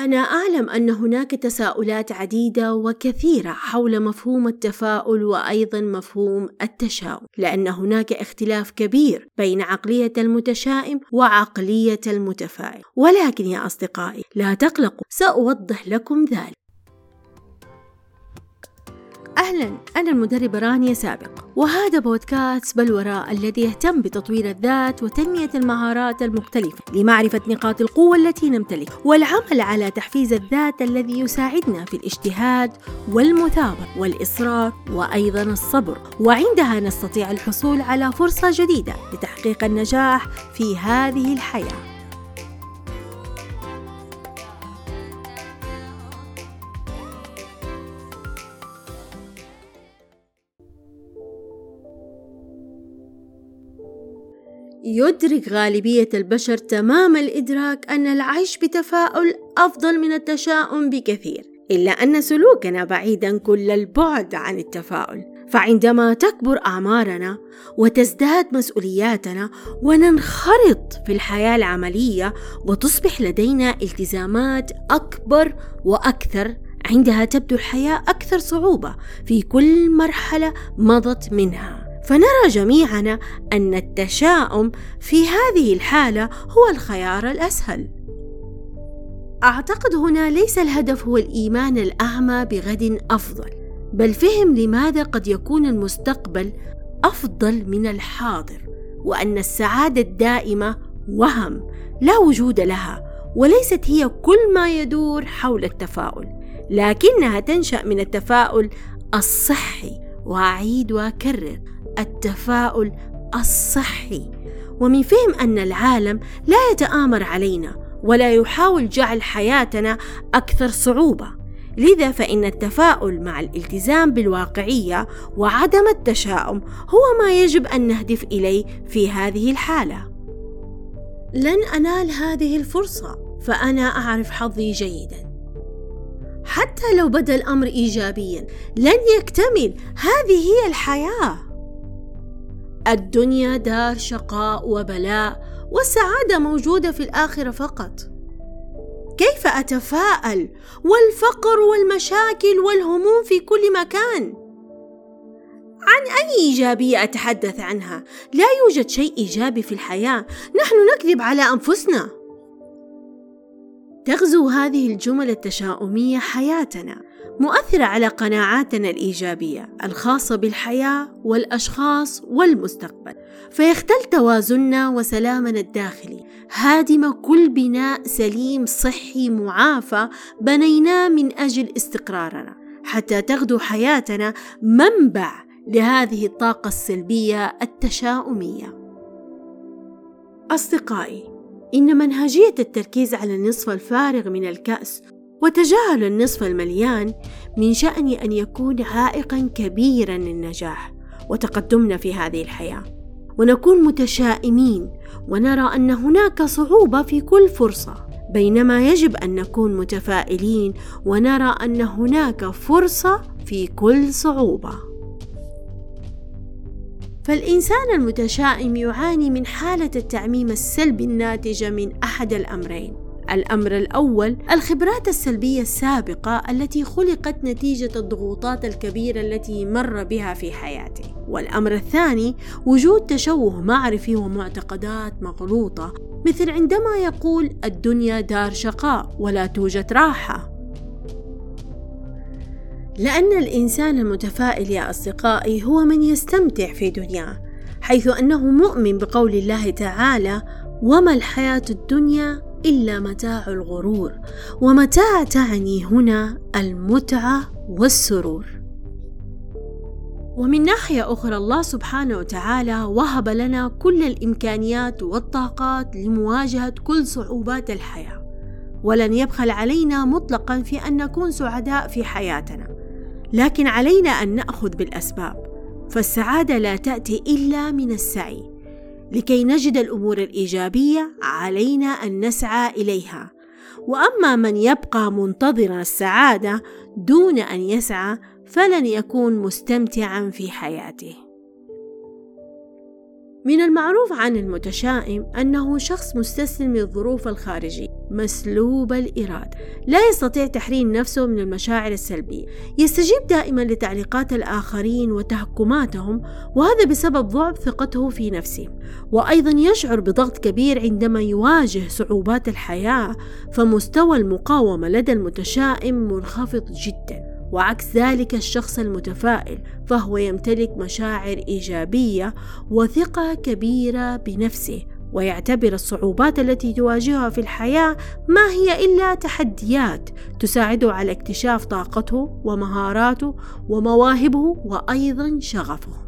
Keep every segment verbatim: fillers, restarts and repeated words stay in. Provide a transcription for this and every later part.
وأنا أعلم أن هناك تساؤلات عديدة وكثيرة حول مفهوم التفاؤل وأيضا مفهوم التشاؤم، لأن هناك اختلاف كبير بين عقلية المتشائم وعقلية المتفائل. ولكن يا أصدقائي لا تقلقوا، سأوضح لكم ذلك. أهلا، أنا المدربة رانيا سابق، وهذا بودكاست بالوراء الذي يهتم بتطوير الذات وتنمية المهارات المختلفة لمعرفة نقاط القوة التي نمتلكها والعمل على تحفيز الذات الذي يساعدنا في الاجتهاد والمثابرة والإصرار وأيضا الصبر، وعندها نستطيع الحصول على فرصة جديدة لتحقيق النجاح في هذه الحياة. يدرك غالبية البشر تمام الإدراك أن العيش بتفاؤل أفضل من التشاؤم بكثير، إلا أن سلوكنا بعيدا كل البعد عن التفاؤل. فعندما تكبر أعمارنا وتزداد مسؤولياتنا وننخرط في الحياة العملية وتصبح لدينا التزامات أكبر وأكثر، عندها تبدو الحياة أكثر صعوبة في كل مرحلة مضت منها. فنرى جميعنا أن التشاؤم في هذه الحالة هو الخيار الأسهل. أعتقد هنا ليس الهدف هو الإيمان الأعمى بغد أفضل، بل فهم لماذا قد يكون المستقبل أفضل من الحاضر، وأن السعادة الدائمة وهم لا وجود لها، وليست هي كل ما يدور حول التفاؤل، لكنها تنشأ من التفاؤل الصحي. وأعيد وأكرر، التفاؤل الصحي، ومن فهم أن العالم لا يتآمر علينا ولا يحاول جعل حياتنا أكثر صعوبة. لذا فإن التفاؤل مع الالتزام بالواقعية وعدم التشاؤم هو ما يجب أن نهدف إليه في هذه الحالة. لن أنال هذه الفرصة، فأنا أعرف حظي جيدا. حتى لو بدا الأمر إيجابيا لن يكتمل، هذه هي الحياة. الدنيا دار شقاء وبلاء، والسعادة موجودة في الآخرة فقط. كيف أتفائل والفقر والمشاكل والهموم في كل مكان؟ عن أي إيجابية أتحدث عنها؟ لا يوجد شيء إيجابي في الحياة، نحن نكذب على أنفسنا. تغزو هذه الجمل التشاؤمية حياتنا، مؤثرة على قناعاتنا الإيجابية الخاصة بالحياة والأشخاص والمستقبل، فيختل توازننا وسلامنا الداخلي، هادم كل بناء سليم صحي معافى بنيناه من أجل استقرارنا، حتى تغدو حياتنا منبع لهذه الطاقة السلبية التشاؤمية. أصدقائي، إن منهجية التركيز على النصف الفارغ من الكأس وتجاهل النصف المليان من شأن أن يكون عائقا كبيرا للنجاح وتقدمنا في هذه الحياة، ونكون متشائمين ونرى أن هناك صعوبة في كل فرصة، بينما يجب أن نكون متفائلين ونرى أن هناك فرصة في كل صعوبة. فالإنسان المتشائم يعاني من حالة التعميم السلبي الناتجة من أحد الأمرين. الأمر الأول، الخبرات السلبية السابقة التي خلقت نتيجة الضغوطات الكبيرة التي مر بها في حياته. والأمر الثاني، وجود تشوه معرفي ومعتقدات مغلوطة، مثل عندما يقول الدنيا دار شقاء ولا توجد راحة. لأن الإنسان المتفائل يا أصدقائي هو من يستمتع في دنياه، حيث أنه مؤمن بقول الله تعالى: وما الحياة الدنيا إلا متاع الغرور. ومتاع تعني هنا المتعة والسرور. ومن ناحية أخرى، الله سبحانه وتعالى وهب لنا كل الإمكانيات والطاقات لمواجهة كل صعوبات الحياة، ولن يبخل علينا مطلقا في أن نكون سعداء في حياتنا، لكن علينا أن نأخذ بالأسباب، فالسعادة لا تأتي إلا من السعي. لكي نجد الأمور الإيجابية علينا أن نسعى إليها، وأما من يبقى منتظرا السعادة دون أن يسعى فلن يكون مستمتعا في حياته. من المعروف عن المتشائم أنه شخص مستسلم للظروف الخارجية، مسلوب الإرادة، لا يستطيع تحرير نفسه من المشاعر السلبية، يستجيب دائما لتعليقات الآخرين وتحكماتهم، وهذا بسبب ضعف ثقته في نفسه. وأيضا يشعر بضغط كبير عندما يواجه صعوبات الحياة، فمستوى المقاومة لدى المتشائم منخفض جدا. وعكس ذلك الشخص المتفائل فهو يمتلك مشاعر إيجابية وثقة كبيرة بنفسه، ويعتبر الصعوبات التي تواجهها في الحياة ما هي إلا تحديات تساعده على اكتشاف طاقته ومهاراته ومواهبه وأيضا شغفه.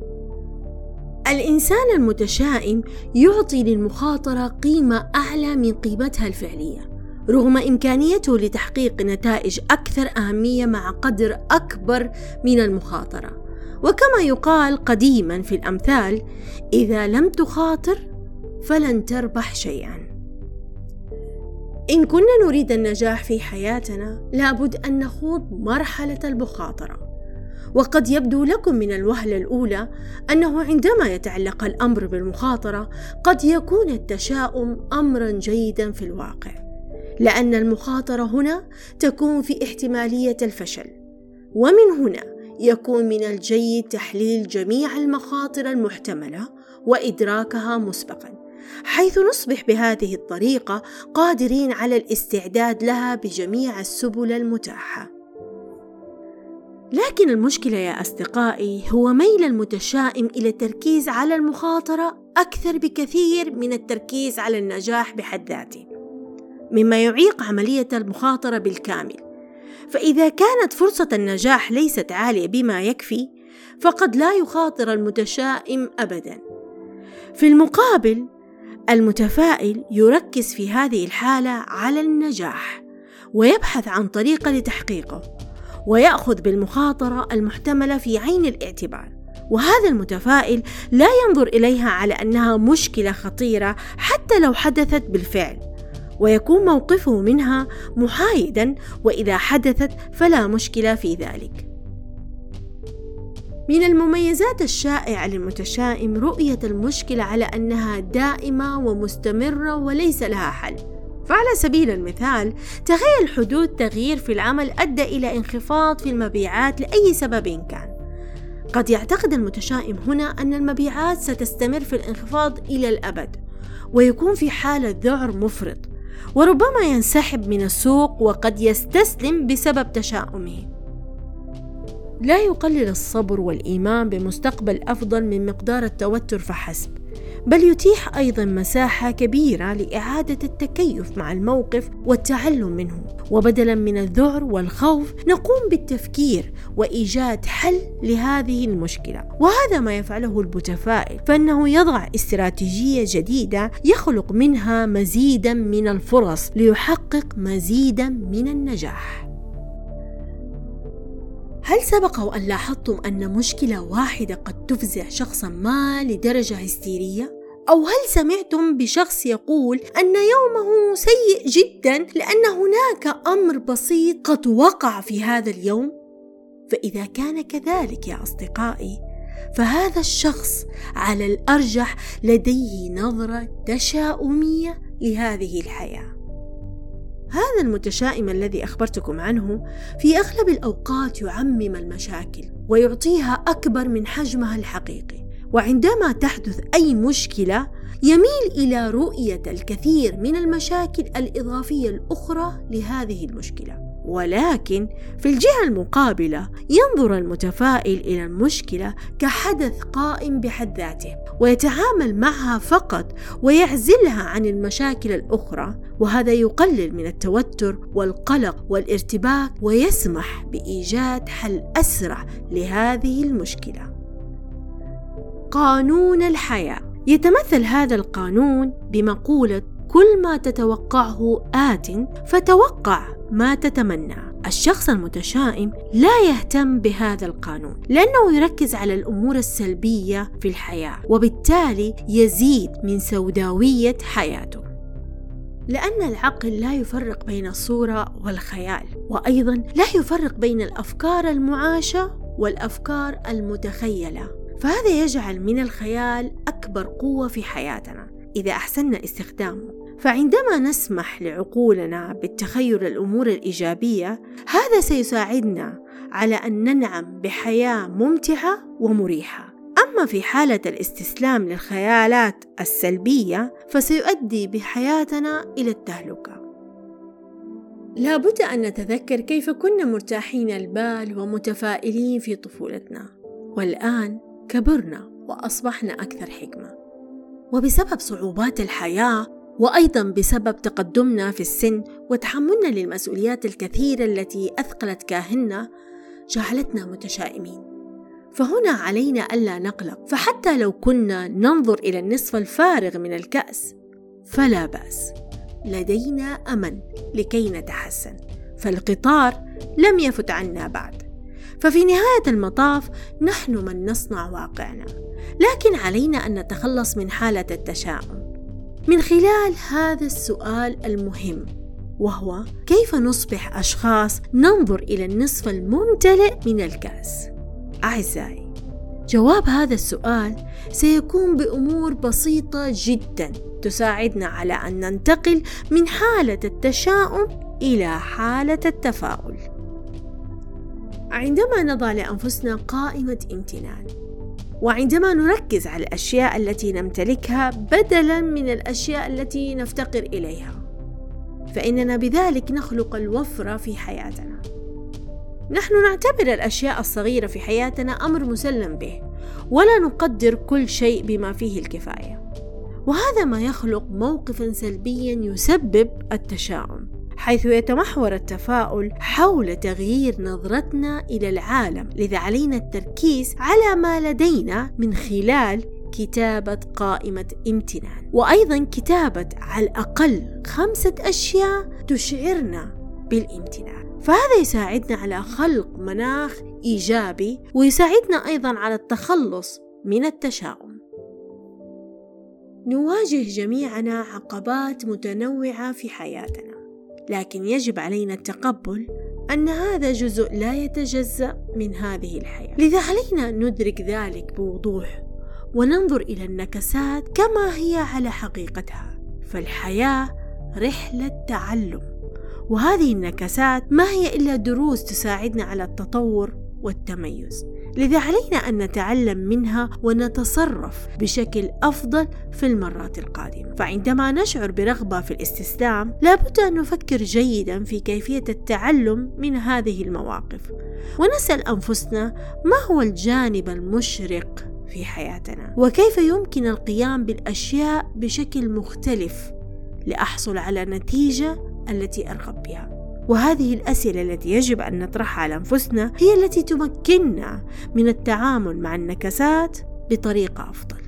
الإنسان المتشائم يعطي للمخاطرة قيمة أعلى من قيمتها الفعلية، رغم إمكانيته لتحقيق نتائج أكثر أهمية مع قدر أكبر من المخاطرة. وكما يقال قديما في الأمثال: إذا لم تخاطر فلن تربح شيئا. إن كنا نريد النجاح في حياتنا لابد أن نخوض مرحلة المخاطرة. وقد يبدو لكم من الوهلة الأولى أنه عندما يتعلق الأمر بالمخاطرة قد يكون التشاؤم أمرا جيدا في الواقع، لأن المخاطرة هنا تكون في احتمالية الفشل، ومن هنا يكون من الجيد تحليل جميع المخاطر المحتملة وإدراكها مسبقا، حيث نصبح بهذه الطريقة قادرين على الاستعداد لها بجميع السبل المتاحة. لكن المشكلة يا أصدقائي هو ميل المتشائم إلى التركيز على المخاطرة أكثر بكثير من التركيز على النجاح بحد ذاته، مما يعيق عملية المخاطرة بالكامل. فإذا كانت فرصة النجاح ليست عالية بما يكفي فقد لا يخاطر المتشائم أبدا. في المقابل المتفائل يركز في هذه الحالة على النجاح ويبحث عن طريقة لتحقيقه، ويأخذ بالمخاطرة المحتملة في عين الاعتبار. وهذا المتفائل لا ينظر إليها على أنها مشكلة خطيرة حتى لو حدثت بالفعل، ويكون موقفه منها محايدا، وإذا حدثت فلا مشكلة في ذلك. من المميزات الشائعة للمتشائم رؤية المشكلة على أنها دائمة ومستمرة وليس لها حل. فعلى سبيل المثال، تخيل حدوث تغيير في العمل أدى إلى انخفاض في المبيعات لأي سبب كان. قد يعتقد المتشائم هنا أن المبيعات ستستمر في الانخفاض إلى الأبد، ويكون في حالة ذعر مفرط، وربما ينسحب من السوق وقد يستسلم بسبب تشاؤمه. لا يقلل الصبر والإيمان بمستقبل أفضل من مقدار التوتر فحسب، بل يتيح أيضا مساحة كبيرة لإعادة التكيف مع الموقف والتعلم منه. وبدلا من الذعر والخوف نقوم بالتفكير وإيجاد حل لهذه المشكلة، وهذا ما يفعله المتفائل، فإنه يضع استراتيجية جديدة يخلق منها مزيدا من الفرص ليحقق مزيدا من النجاح. هل سبق وأن لاحظتم أن مشكلة واحدة قد تفزع شخصا ما لدرجة هستيرية؟ أو هل سمعتم بشخص يقول أن يومه سيء جدا لأن هناك أمر بسيط قد وقع في هذا اليوم؟ فإذا كان كذلك يا أصدقائي فهذا الشخص على الأرجح لديه نظرة تشاؤمية لهذه الحياة. هذا المتشائم الذي أخبرتكم عنه في أغلب الأوقات يعمم المشاكل ويعطيها أكبر من حجمها الحقيقي، وعندما تحدث أي مشكلة يميل إلى رؤية الكثير من المشاكل الإضافية الأخرى لهذه المشكلة. ولكن في الجهة المقابلة ينظر المتفائل إلى المشكلة كحدث قائم بحد ذاته، ويتعامل معها فقط ويعزلها عن المشاكل الأخرى، وهذا يقلل من التوتر والقلق والارتباك ويسمح بإيجاد حل أسرع لهذه المشكلة. قانون الحياة. يتمثل هذا القانون بمقولة: كل ما تتوقعه آت فتوقع ما تتمنى. الشخص المتشائم لا يهتم بهذا القانون لأنه يركز على الأمور السلبية في الحياة، وبالتالي يزيد من سوداوية حياته، لأن العقل لا يفرق بين الصورة والخيال، وأيضا لا يفرق بين الأفكار المعاشة والأفكار المتخيلة، فهذا يجعل من الخيال أكبر قوة في حياتنا إذا أحسننا استخدامه. فعندما نسمح لعقولنا بالتخيل الأمور الإيجابية، هذا سيساعدنا على أن ننعم بحياة ممتعة ومريحة. أما في حالة الاستسلام للخيالات السلبية فسيؤدي بحياتنا إلى التهلكة. لابد أن نتذكر كيف كنا مرتاحين البال ومتفائلين في طفولتنا، والآن كبرنا وأصبحنا أكثر حكمة، وبسبب صعوبات الحياة وأيضا بسبب تقدمنا في السن وتحملنا للمسؤوليات الكثيرة التي أثقلت كاهلنا جعلتنا متشائمين. فهنا علينا ألا نقلق، فحتى لو كنا ننظر إلى النصف الفارغ من الكأس فلا بأس، لدينا أمل لكي نتحسن، فالقطار لم يفت عنا بعد. ففي نهاية المطاف نحن من نصنع واقعنا، لكن علينا أن نتخلص من حالة التشاؤم من خلال هذا السؤال المهم، وهو كيف نصبح أشخاص ننظر إلى النصف الممتلئ من الكأس؟ أعزائي، جواب هذا السؤال سيكون بأمور بسيطة جدا تساعدنا على أن ننتقل من حالة التشاؤم إلى حالة التفاؤل. عندما نضع لأنفسنا قائمة امتنان، وعندما نركز على الأشياء التي نمتلكها بدلاً من الأشياء التي نفتقر إليها، فإننا بذلك نخلق الوفرة في حياتنا. نحن نعتبر الأشياء الصغيرة في حياتنا أمر مسلم به، ولا نقدر كل شيء بما فيه الكفاية، وهذا ما يخلق موقفاً سلبياً يسبب التشاؤم، حيث يتمحور التفاؤل حول تغيير نظرتنا إلى العالم. لذا علينا التركيز على ما لدينا من خلال كتابة قائمة امتنان، وأيضا كتابة على الأقل خمسة أشياء تشعرنا بالامتنان، فهذا يساعدنا على خلق مناخ إيجابي، ويساعدنا أيضا على التخلص من التشاؤم. نواجه جميعنا عقبات متنوعة في حياتنا، لكن يجب علينا التقبل أن هذا جزء لا يتجزأ من هذه الحياة. لذا علينا أن ندرك ذلك بوضوح وننظر إلى النكسات كما هي على حقيقتها، فالحياة رحلة تعلم، وهذه النكسات ما هي إلا دروس تساعدنا على التطور والتميز. لذا علينا أن نتعلم منها ونتصرف بشكل أفضل في المرات القادمة. فعندما نشعر برغبة في الاستسلام لابد أن نفكر جيدا في كيفية التعلم من هذه المواقف، ونسأل أنفسنا ما هو الجانب المشرق في حياتنا، وكيف يمكن القيام بالأشياء بشكل مختلف لأحصل على نتيجة التي أرغب بها. وهذه الأسئلة التي يجب أن نطرحها على أنفسنا هي التي تمكننا من التعامل مع النكسات بطريقة أفضل.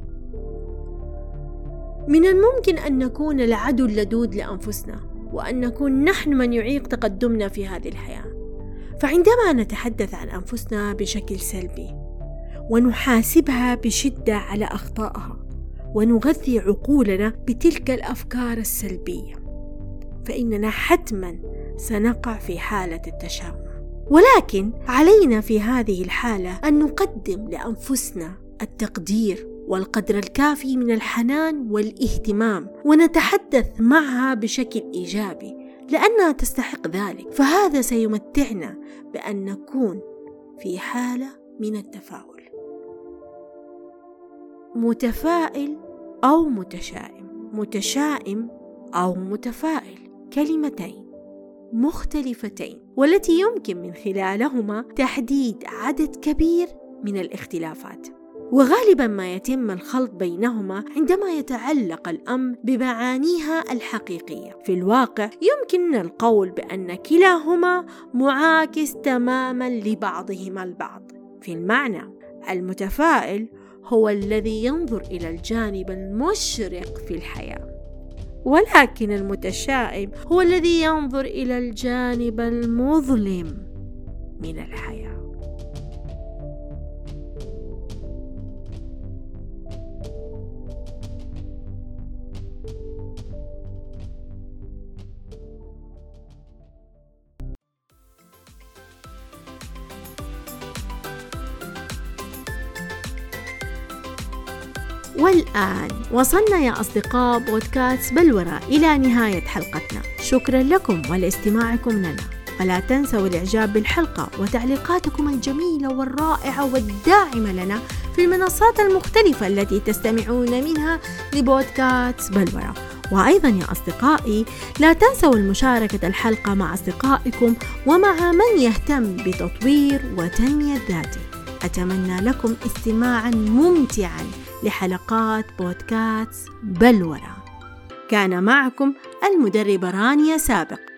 من الممكن أن نكون العدو اللدود لأنفسنا، وأن نكون نحن من يعيق تقدمنا في هذه الحياة. فعندما نتحدث عن أنفسنا بشكل سلبي ونحاسبها بشدة على أخطائها ونغذي عقولنا بتلك الأفكار السلبية، فإننا حتما سنقع في حالة التشاؤم. ولكن علينا في هذه الحالة أن نقدم لأنفسنا التقدير والقدر الكافي من الحنان والاهتمام، ونتحدث معها بشكل إيجابي لأنها تستحق ذلك، فهذا سيمتعنا بأن نكون في حالة من التفاؤل. متفائل أو متشائم، متشائم أو متفائل، كلمتين مختلفتين، والتي يمكن من خلالهما تحديد عدد كبير من الاختلافات، وغالبا ما يتم الخلط بينهما عندما يتعلق الأمر بمعانيها الحقيقية. في الواقع يمكننا القول بأن كلاهما معاكس تماما لبعضهما البعض. في المعنى، المتفائل هو الذي ينظر إلى الجانب المشرق في الحياة، ولكن المتشائم هو الذي ينظر إلى الجانب المظلم من الحياة. والآن وصلنا يا أصدقاء بودكاست بلورة إلى نهاية حلقتنا. شكرا لكم ولاستماعكم لنا، ولا تنسوا الإعجاب بالحلقة وتعليقاتكم الجميلة والرائعة والداعمة لنا في المنصات المختلفة التي تستمعون منها لبودكاست بلورة. وأيضا يا أصدقائي لا تنسوا المشاركة الحلقة مع أصدقائكم ومع من يهتم بتطوير وتنمية ذاته. أتمنى لكم استماعا ممتعا لحلقات بودكاست بلورة. كان معكم المدربة رانيا سابق.